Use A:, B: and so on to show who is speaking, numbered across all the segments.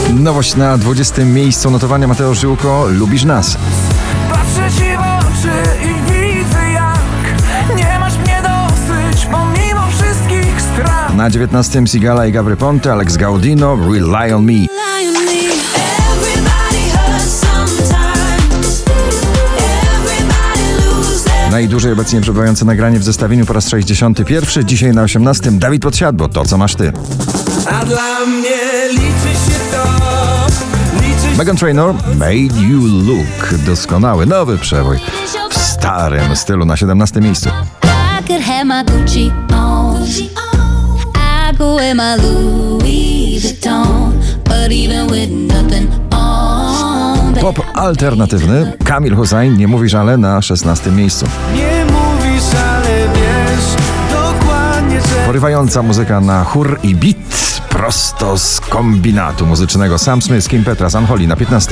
A: Nowość na 20. miejscu notowania Mateusz Ziółko, Lubisz nas.
B: Patrzę ci w oczy i widzę, jak nie masz mnie dosyć pomimo wszystkich strat.
A: Na 19. Sigala i Gabry Ponte, Alex Gaudino, Rely on Me. Najdłużej obecnie przebywające nagranie w zestawieniu po raz 61. Dzisiaj na 18. Dawid Podsiadło, To co masz ty.
B: A dla mnie liczy się to.
A: Meghan Trainor, Made You Look. Doskonały, nowy przebój w starym stylu na 17. miejscu. Pop alternatywny, Kamil Hussein, Nie mówisz ale, na 16. miejscu.
B: Nie mówisz, ale wiesz dokładnie, że...
A: Porywająca muzyka na chór i beat prosto z kombinatu muzycznego. Sam Smith, Kim Petras, Unholy na 15.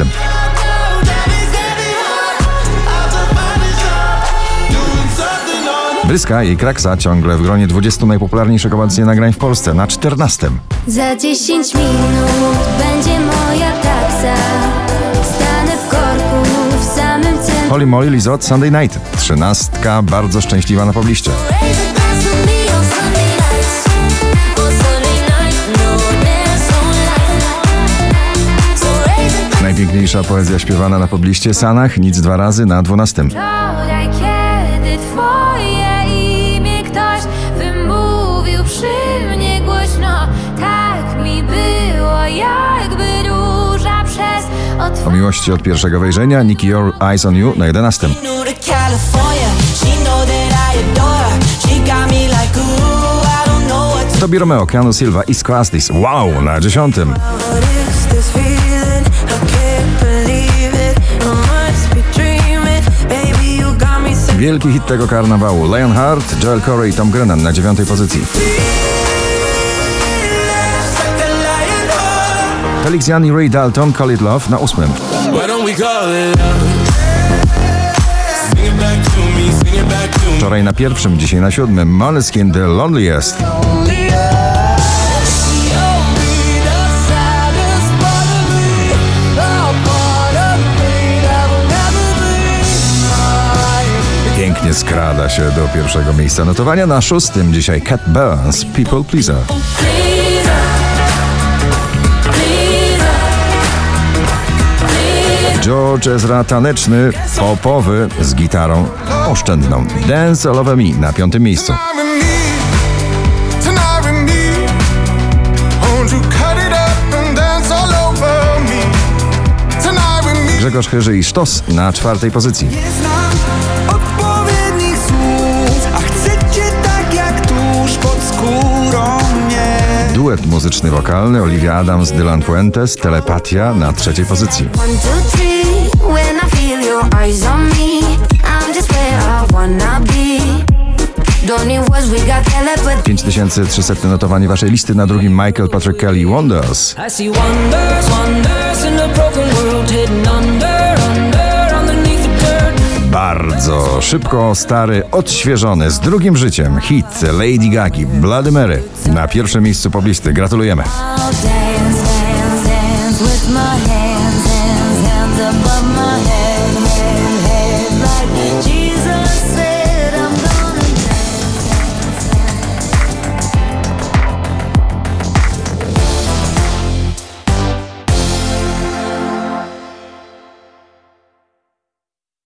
A: Bryska i Kraksa ciągle w gronie 20 najpopularniejszych obecnie nagrań w Polsce na 14.
C: Za 10 minut będzie moja taksa. Stanę w korku w samym centrum.
A: Holy Moly, Lizot, Sunday Night. 13. Bardzo szczęśliwa na pobliście. Najpiękniejsza poezja śpiewana na pobliście, Sanach, Nic dwa razy, na 12.
C: Wczoraj, kiedy twoje imię ktoś wymówił przy mnie głośno, tak mi było, jakby róża przez
A: O miłości od pierwszego wejrzenia, Nicky Your Eyes on You na 11. Tobi Romeo, Keanu Silva, East Coastis, wow, na 10. Wielki hit tego karnawału, Lionheart, Joel Corey i Tom Grennan na 9. pozycji. Felix Jan i Ray Dalton, Call It Love na 8. Wczoraj na 1, dzisiaj na 7. Måneskin, The Loneliest. Pięknie skrada się do pierwszego miejsca notowania. Na 6. dzisiaj Cat Burns, People Pleaser. George Ezra taneczny, popowy z gitarą oszczędną. Dance All Over Me na 5. miejscu. Grzegorz Chyży i Sztos na 4. pozycji.
B: Nie znam odpowiednich słów, a chcecie tak jak tuż pod skórą mnie.
A: Duet muzyczny wokalny Olivia Adams, Dylan Fuentes, Telepatia na 3. pozycji. 5300 notowanie waszej listy, na 2. Michael Patrick Kelly, Wonders. Bardzo szybko stary, odświeżony, z drugim życiem hit Lady Gagi, Bloody Mary na 1. miejscu poblisty. Gratulujemy.
C: Dance, dance, dance with my hands above.